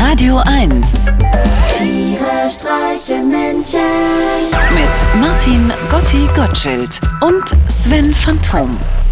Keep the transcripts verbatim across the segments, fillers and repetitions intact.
Radio eins. Tiere streichen Menschen. Mit Martin Gotti Gottschild und Sven Phantom.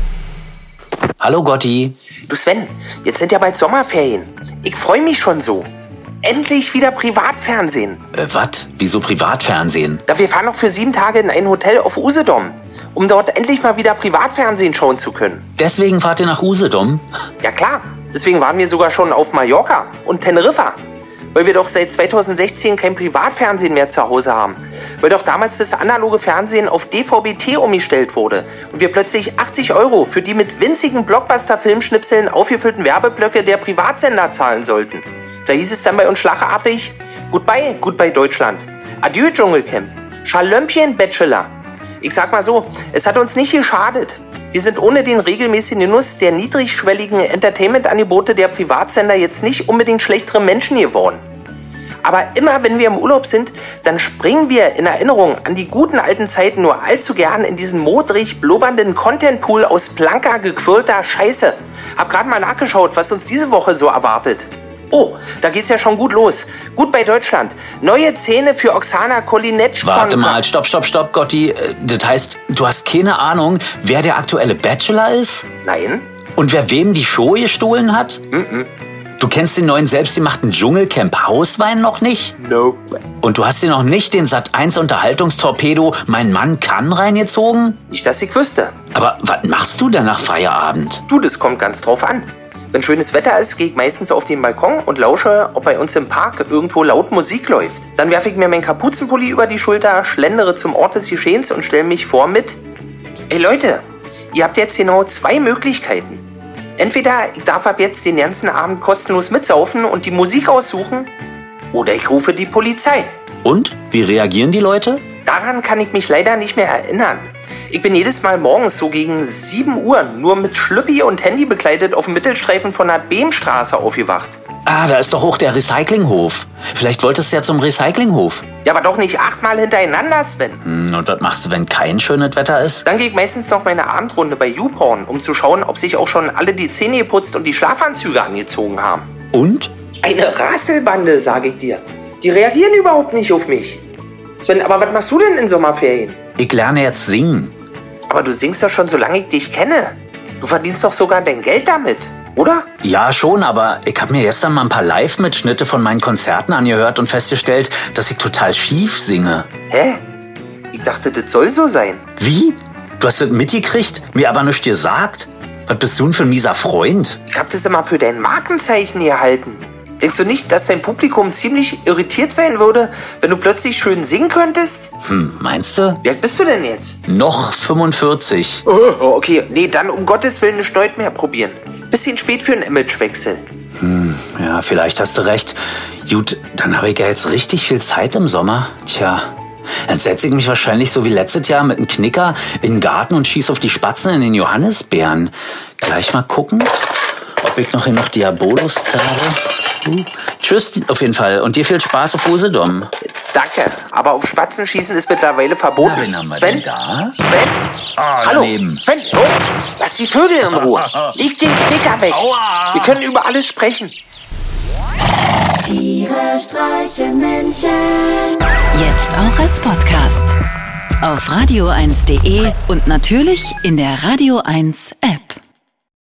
Hallo Gotti. Du Sven, jetzt sind ja bald Sommerferien. Ich freue mich schon so. Endlich wieder Privatfernsehen. Äh, was? Wieso Privatfernsehen? Da wir fahren noch für sieben Tage in ein Hotel auf Usedom, um dort endlich mal wieder Privatfernsehen schauen zu können. Deswegen fahrt ihr nach Usedom? Ja klar, deswegen waren wir sogar schon auf Mallorca und Teneriffa. Weil wir doch seit zweitausendsechzehn kein Privatfernsehen mehr zu Hause haben. Weil doch damals das analoge Fernsehen auf D V B T umgestellt wurde. Und wir plötzlich achtzig Euro für die mit winzigen Blockbuster-Filmschnipseln aufgefüllten Werbeblöcke der Privatsender zahlen sollten. Da hieß es dann bei uns schlagartig: Goodbye, Goodbye Deutschland. Adieu Dschungelcamp. Schalömpchen Bachelor. Ich sag mal so, es hat uns nicht geschadet. Wir sind ohne den regelmäßigen Genuss der niedrigschwelligen Entertainment-Angebote der Privatsender jetzt nicht unbedingt schlechtere Menschen geworden. Aber immer wenn wir im Urlaub sind, dann springen wir in Erinnerung an die guten alten Zeiten nur allzu gern in diesen modrig blubbernden Content-Pool aus blanker, gequirlter Scheiße. Hab gerade mal nachgeschaut, was uns diese Woche so erwartet. Oh, da geht's ja schon gut los. Gut bei Deutschland. Neue Szene für Oksana Kolinetschko. Warte mal, stopp, stopp, stopp, Gotti. Das heißt, du hast keine Ahnung, wer der aktuelle Bachelor ist? Nein. Und wer wem die Show gestohlen hat? Mhm. Du kennst den neuen selbstgemachten Dschungelcamp Hauswein noch nicht? Nope. Und du hast dir noch nicht den Sat eins Unterhaltungstorpedo Mein Mann kann reingezogen? Nicht, dass ich wüsste. Aber was machst du denn nach Feierabend? Du, das kommt ganz drauf an. Wenn schönes Wetter ist, gehe ich meistens auf den Balkon und lausche, ob bei uns im Park irgendwo laut Musik läuft. Dann werfe ich mir meinen Kapuzenpulli über die Schulter, schlendere zum Ort des Geschehens und stelle mich vor mit: Ey Leute, ihr habt jetzt genau zwei Möglichkeiten. Entweder ich darf ab jetzt den ganzen Abend kostenlos mitsaufen und die Musik aussuchen, oder ich rufe die Polizei. Und? Wie reagieren die Leute? Daran kann ich mich leider nicht mehr erinnern. Ich bin jedes Mal morgens so gegen sieben Uhr nur mit Schlüppi und Handy bekleidet auf dem Mittelstreifen von der Beemstraße aufgewacht. Ah, da ist doch auch der Recyclinghof. Vielleicht wolltest du ja zum Recyclinghof. Ja, aber doch nicht achtmal hintereinander, Sven. Hm, und was machst du, wenn kein schönes Wetter ist? Dann gehe ich meistens noch meine Abendrunde bei YouPorn, um zu schauen, ob sich auch schon alle die Zähne geputzt und die Schlafanzüge angezogen haben. Und? Eine Rasselbande, sage ich dir. Die reagieren überhaupt nicht auf mich. Sven, aber was machst du denn in Sommerferien? Ich lerne jetzt singen. Aber du singst doch schon, solange ich dich kenne. Du verdienst doch sogar dein Geld damit, oder? Ja, schon, aber ich habe mir gestern mal ein paar Live-Mitschnitte von meinen Konzerten angehört und festgestellt, dass ich total schief singe. Hä? Ich dachte, das soll so sein. Wie? Du hast das mitgekriegt, mir aber nichts gesagt? Was bist du denn für ein mieser Freund? Ich hab das immer für dein Markenzeichen gehalten. Denkst du nicht, dass dein Publikum ziemlich irritiert sein würde, wenn du plötzlich schön singen könntest? Hm, meinst du? Wie alt bist du denn jetzt? Noch fünfundvierzig. Oh, okay. Nee, dann um Gottes Willen nicht Schneid mehr probieren. Bisschen spät für einen Imagewechsel. Hm, ja, vielleicht hast du recht. Gut, dann habe ich ja jetzt richtig viel Zeit im Sommer. Tja, dann setze ich mich wahrscheinlich so wie letztes Jahr mit einem Knicker in den Garten und schieße auf die Spatzen in den Johannisbeeren. Gleich mal gucken, ob ich noch genug Diabolus habe. Uh, tschüss auf jeden Fall und dir viel Spaß auf Usedom. Danke, aber auf Spatzen schießen ist mittlerweile verboten. Na, wen haben wir Sven? denn da? Sven? Ah, Hallo, daneben. Sven, los, lass die Vögel in Ruhe. Leg den Knicker weg. Aua. Wir können über alles sprechen. Tiere streichen Menschen. Jetzt auch als Podcast. Auf radio eins punkt de und natürlich in der Radio eins App.